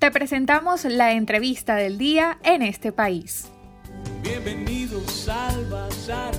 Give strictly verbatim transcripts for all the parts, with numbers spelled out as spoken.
Te presentamos la entrevista del día en este país. Bienvenidos al Bazar.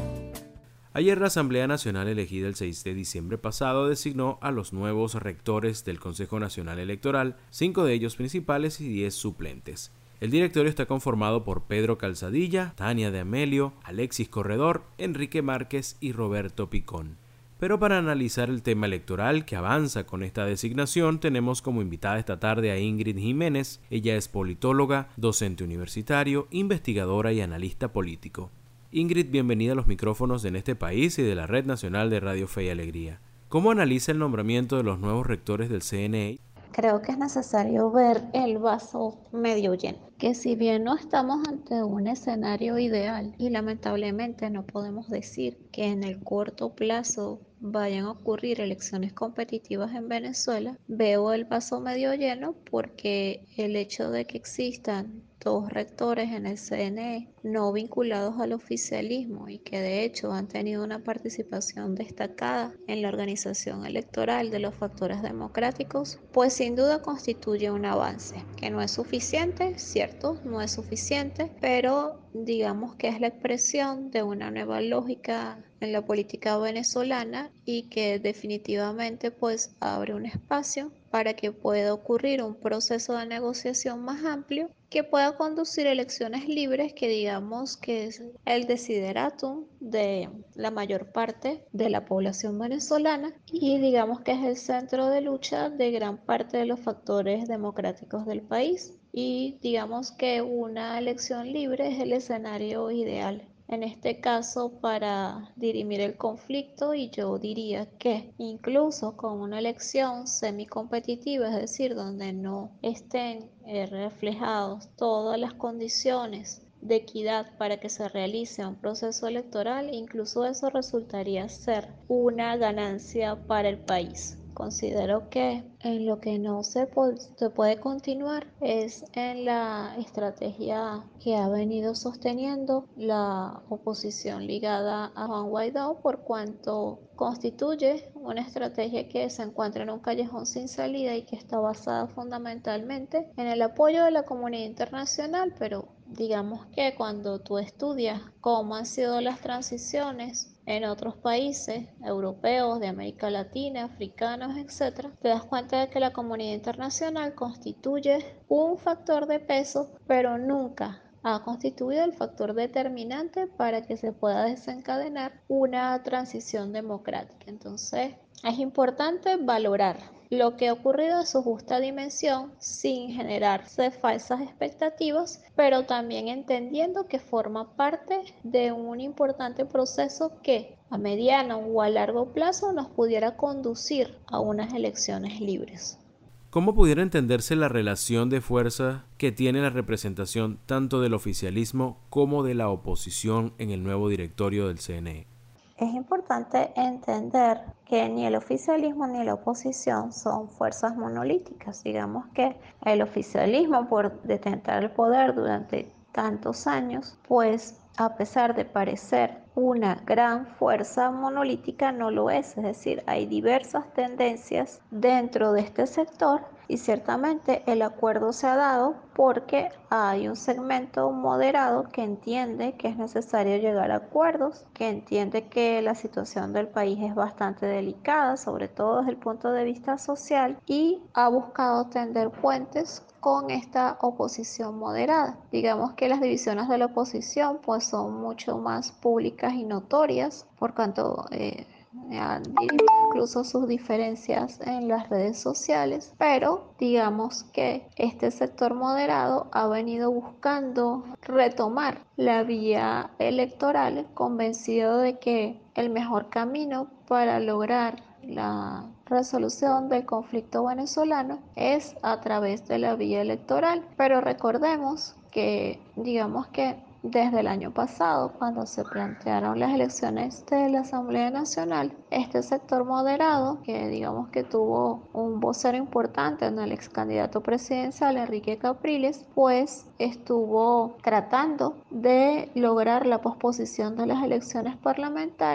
Ayer la Asamblea Nacional elegida el seis de diciembre pasado designó a los nuevos rectores del Consejo Nacional Electoral, cinco de ellos principales y diez suplentes. El directorio está conformado por Pedro Calzadilla, Tania de Amelio, Alexis Corredor, Enrique Márquez y Roberto Picón. Pero para analizar el tema electoral que avanza con esta designación, tenemos como invitada esta tarde a Ingrid Jiménez. Ella es politóloga, docente universitario, investigadora y analista político. Ingrid, bienvenida a los micrófonos de En este país y de la Red Nacional de Radio Fe y Alegría. ¿Cómo analiza el nombramiento de los nuevos rectores del C N E? Creo que es necesario ver el vaso medio lleno, que si bien no estamos ante un escenario ideal y lamentablemente no podemos decir que en el corto plazo vayan a ocurrir elecciones competitivas en Venezuela, veo el vaso medio lleno porque el hecho de que existan dos rectores en el C N E no vinculados al oficialismo y que de hecho han tenido una participación destacada en la organización electoral de los factores democráticos, pues sin duda constituye un avance, que no es suficiente, cierto, no es suficiente, pero digamos que es la expresión de una nueva lógica en la política venezolana y que definitivamente pues abre un espacio para que pueda ocurrir un proceso de negociación más amplio que pueda conducir a elecciones libres, que digamos que es el desideratum de la mayor parte de la población venezolana y digamos que es el centro de lucha de gran parte de los factores democráticos del país. Y digamos que una elección libre es el escenario ideal en este caso para dirimir el conflicto, y yo diría que incluso con una elección semicompetitiva, es decir, donde no estén eh, reflejados todas las condiciones de equidad para que se realice un proceso electoral, incluso eso resultaría ser una ganancia para el país. Considero que en lo que no se, po- se puede continuar es en la estrategia que ha venido sosteniendo la oposición ligada a Juan Guaidó, por cuanto constituye una estrategia que se encuentra en un callejón sin salida y que está basada fundamentalmente en el apoyo de la comunidad internacional, pero digamos que cuando tú estudias cómo han sido las transiciones en otros países europeos, de América Latina, africanos, etcétera, te das cuenta de que la comunidad internacional constituye un factor de peso, pero nunca ha constituido el factor determinante para que se pueda desencadenar una transición democrática. Entonces, es importante valorar lo que ha ocurrido en su justa dimensión sin generarse falsas expectativas, pero también entendiendo que forma parte de un importante proceso que a mediano o a largo plazo nos pudiera conducir a unas elecciones libres. ¿Cómo pudiera entenderse la relación de fuerza que tiene la representación tanto del oficialismo como de la oposición en el nuevo directorio del C N E? Es importante entender que ni el oficialismo ni la oposición son fuerzas monolíticas. Digamos que el oficialismo, por detentar el poder durante tantos años, pues a pesar de parecer una gran fuerza monolítica, no lo es. Es decir, hay diversas tendencias dentro de este sector y ciertamente el acuerdo se ha dado porque hay un segmento moderado que entiende que es necesario llegar a acuerdos, que entiende que la situación del país es bastante delicada, sobre todo desde el punto de vista social, y ha buscado tender puentes con esta oposición moderada. Digamos que las divisiones de la oposición pues son mucho más públicas y notorias, por cuanto eh, han dirimido incluso sus diferencias en las redes sociales, pero digamos que este sector moderado ha venido buscando retomar la vía electoral, convencido de que el mejor camino para lograr la resolución del conflicto venezolano es a través de la vía electoral. Pero recordemos que digamos que desde el año pasado, cuando se plantearon las elecciones de la Asamblea Nacional, este sector moderado, que digamos que tuvo un vocero importante en el ex candidato presidencial Enrique Capriles, pues estuvo tratando de lograr la posposición de las elecciones parlamentarias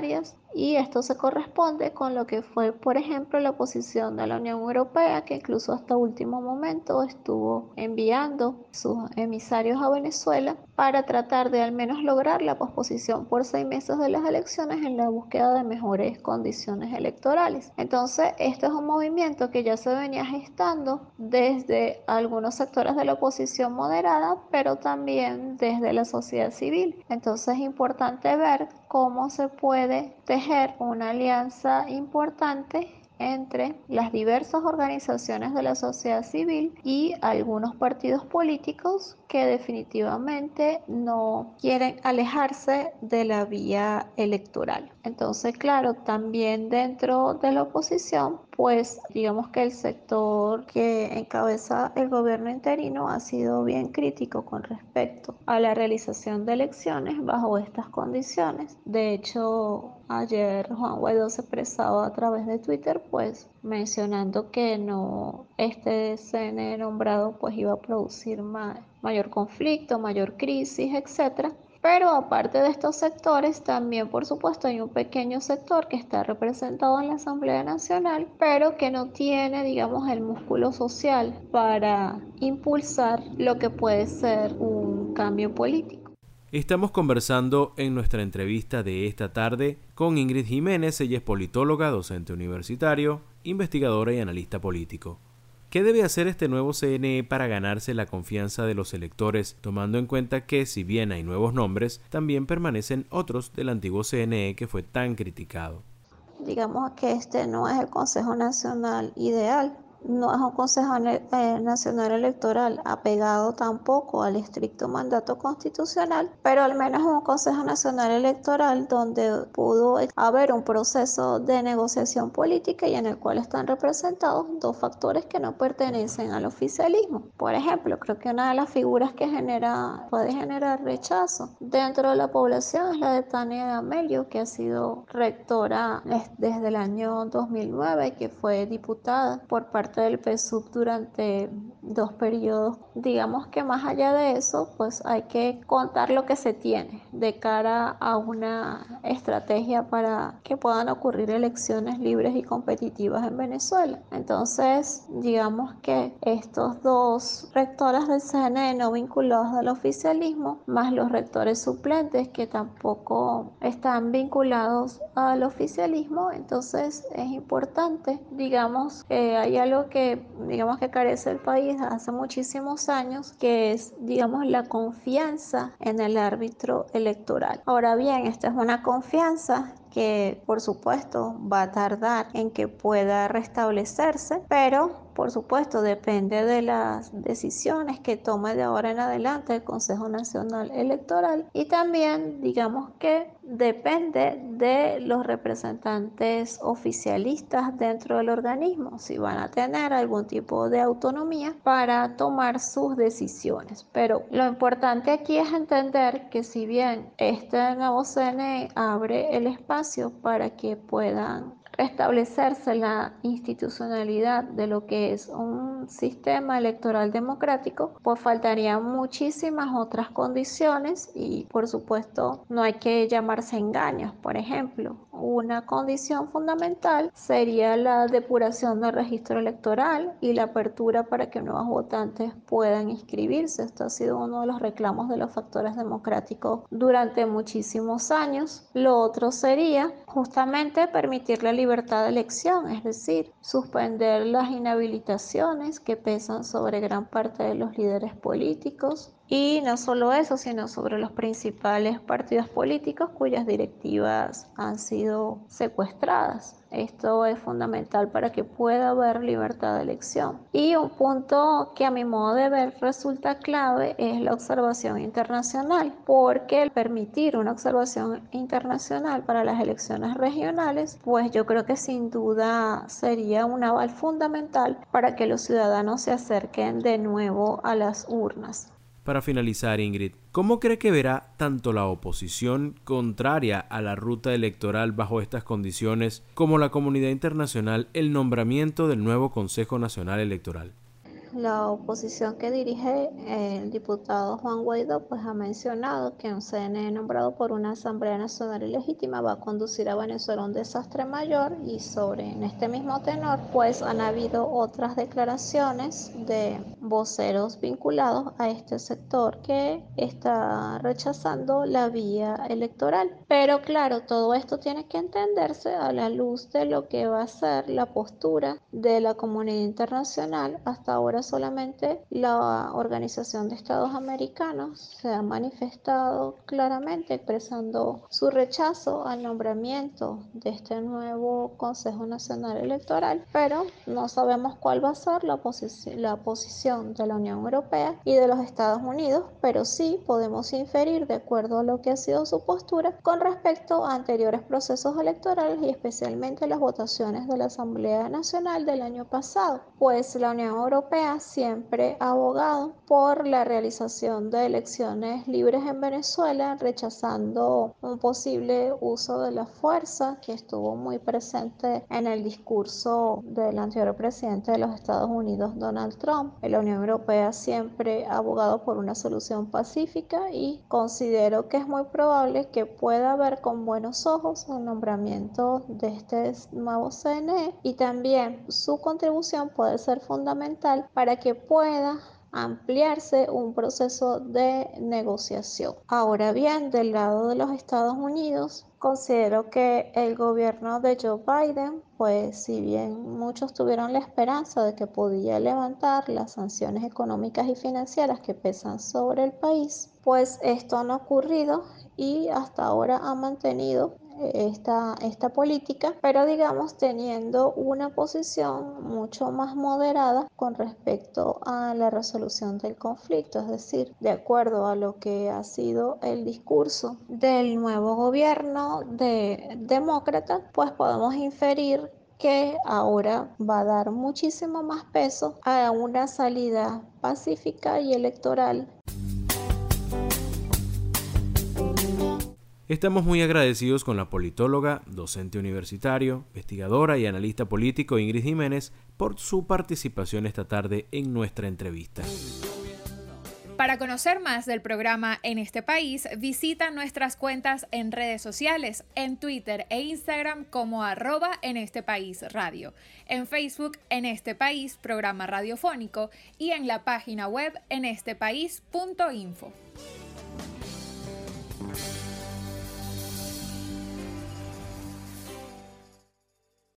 Y esto se corresponde con lo que fue, por ejemplo, la posición de la Unión Europea, que incluso hasta último momento estuvo enviando sus emisarios a Venezuela para tratar de al menos lograr la posposición por seis meses de las elecciones en la búsqueda de mejores condiciones electorales. Entonces, este es un movimiento que ya se venía gestando desde algunos sectores de la oposición moderada, pero también desde la sociedad civil. Entonces, es importante ver cómo se puede tejer una alianza importante entre las diversas organizaciones de la sociedad civil y algunos partidos políticos que definitivamente no quieren alejarse de la vía electoral. Entonces, claro, también dentro de la oposición, pues digamos que el sector que encabeza el gobierno interino ha sido bien crítico con respecto a la realización de elecciones bajo estas condiciones. De hecho, ayer Juan Guaidó se expresaba a través de Twitter, pues mencionando que no, este C N E nombrado pues iba a producir ma- mayor conflicto, mayor crisis, etcétera. Pero aparte de estos sectores, también por supuesto hay un pequeño sector que está representado en la Asamblea Nacional, pero que no tiene, digamos, el músculo social para impulsar lo que puede ser un cambio político. Estamos conversando en nuestra entrevista de esta tarde con Ingrid Jiménez. Ella es politóloga, docente universitario, investigadora y analista político. ¿Qué debe hacer este nuevo C N E para ganarse la confianza de los electores, tomando en cuenta que, si bien hay nuevos nombres, también permanecen otros del antiguo C N E que fue tan criticado? Digamos que este no es el Consejo Nacional ideal. No es un Consejo eh, Nacional Electoral apegado tampoco al estricto mandato constitucional, pero al menos es un Consejo Nacional Electoral donde pudo haber un proceso de negociación política y en el cual están representados dos factores que no pertenecen al oficialismo. Por ejemplo, creo que una de las figuras que genera, puede generar rechazo dentro de la población es la de Tania D'Amelio, que ha sido rectora desde el año dos mil nueve, que fue diputada por parte del P S U V durante dos periodos. Digamos que más allá de eso, pues hay que contar lo que se tiene de cara a una estrategia para que puedan ocurrir elecciones libres y competitivas en Venezuela. Entonces, digamos que estos dos rectores del C N E no vinculados al oficialismo, más los rectores suplentes que tampoco están vinculados al oficialismo, entonces es importante, digamos, que hay algo que digamos que carece el país hace muchísimos años, que es, digamos, la confianza en el árbitro electoral. Ahora bien, esta es una confianza que por supuesto va a tardar en que pueda restablecerse, pero por supuesto depende de las decisiones que tome de ahora en adelante el Consejo Nacional Electoral y también digamos que depende de los representantes oficialistas dentro del organismo, si van a tener algún tipo de autonomía para tomar sus decisiones. Pero lo importante aquí es entender que si bien este nuevo C N E abre el espacio para que puedan restablecerse la institucionalidad de lo que es un sistema electoral democrático, pues faltarían muchísimas otras condiciones y por supuesto no hay que llamarse engaños. Por ejemplo, una condición fundamental sería la depuración del registro electoral y la apertura para que nuevos votantes puedan inscribirse. Esto ha sido uno de los reclamos de los factores democráticos durante muchísimos años. Lo otro sería justamente permitir la libertad de elección, es decir, suspender las inhabilitaciones que pesan sobre gran parte de los líderes políticos. Y no solo eso, sino sobre los principales partidos políticos cuyas directivas han sido secuestradas. Esto es fundamental para que pueda haber libertad de elección. Y un punto que a mi modo de ver resulta clave es la observación internacional, porque el permitir una observación internacional para las elecciones regionales, pues yo creo que sin duda sería un aval fundamental para que los ciudadanos se acerquen de nuevo a las urnas. Para finalizar, Ingrid, ¿cómo cree que verá tanto la oposición contraria a la ruta electoral bajo estas condiciones como la comunidad internacional el nombramiento del nuevo Consejo Nacional Electoral? la oposición que dirige el diputado Juan Guaidó pues ha mencionado que un C N E nombrado por una Asamblea Nacional Ilegítima va a conducir a Venezuela a un desastre mayor, y sobre en este mismo tenor pues han habido otras declaraciones de voceros vinculados a este sector que está rechazando la vía electoral. Pero claro, todo esto tiene que entenderse a la luz de lo que va a ser la postura de la comunidad internacional. Hasta ahora solamente la Organización de Estados Americanos se ha manifestado claramente expresando su rechazo al nombramiento de este nuevo Consejo Nacional Electoral, pero no sabemos cuál va a ser la, posi- la posición de la Unión Europea y de los Estados Unidos, pero sí podemos inferir, de acuerdo a lo que ha sido su postura, con respecto a anteriores procesos electorales y especialmente las votaciones de la Asamblea Nacional del año pasado, pues la Unión Europea siempre ha abogado por la realización de elecciones libres en Venezuela, rechazando un posible uso de la fuerza que estuvo muy presente en el discurso del anterior presidente de los Estados Unidos, Donald Trump. La Unión Europea siempre ha abogado por una solución pacífica y considero que es muy probable que pueda ver con buenos ojos el nombramiento de este nuevo C N E, y también su contribución puede ser fundamental para que pueda ampliarse un proceso de negociación. Ahora bien, del lado de los Estados Unidos, considero que el gobierno de Joe Biden, pues si bien muchos tuvieron la esperanza de que podía levantar las sanciones económicas y financieras que pesan sobre el país, pues esto no ha ocurrido y hasta ahora ha mantenido esta, esta política, pero digamos teniendo una posición mucho más moderada con respecto a la resolución del conflicto. Es decir, de acuerdo a lo que ha sido el discurso del nuevo gobierno de demócrata, pues podemos inferir que ahora va a dar muchísimo más peso a una salida pacífica y electoral. Estamos muy agradecidos con la politóloga, docente universitario, investigadora y analista político Ingrid Jiménez por su participación esta tarde en nuestra entrevista. Para conocer más del programa En este País, visita nuestras cuentas en redes sociales, en Twitter e Instagram como arroba en este país radio, en Facebook En este País programa radiofónico y en la página web en este país punto info.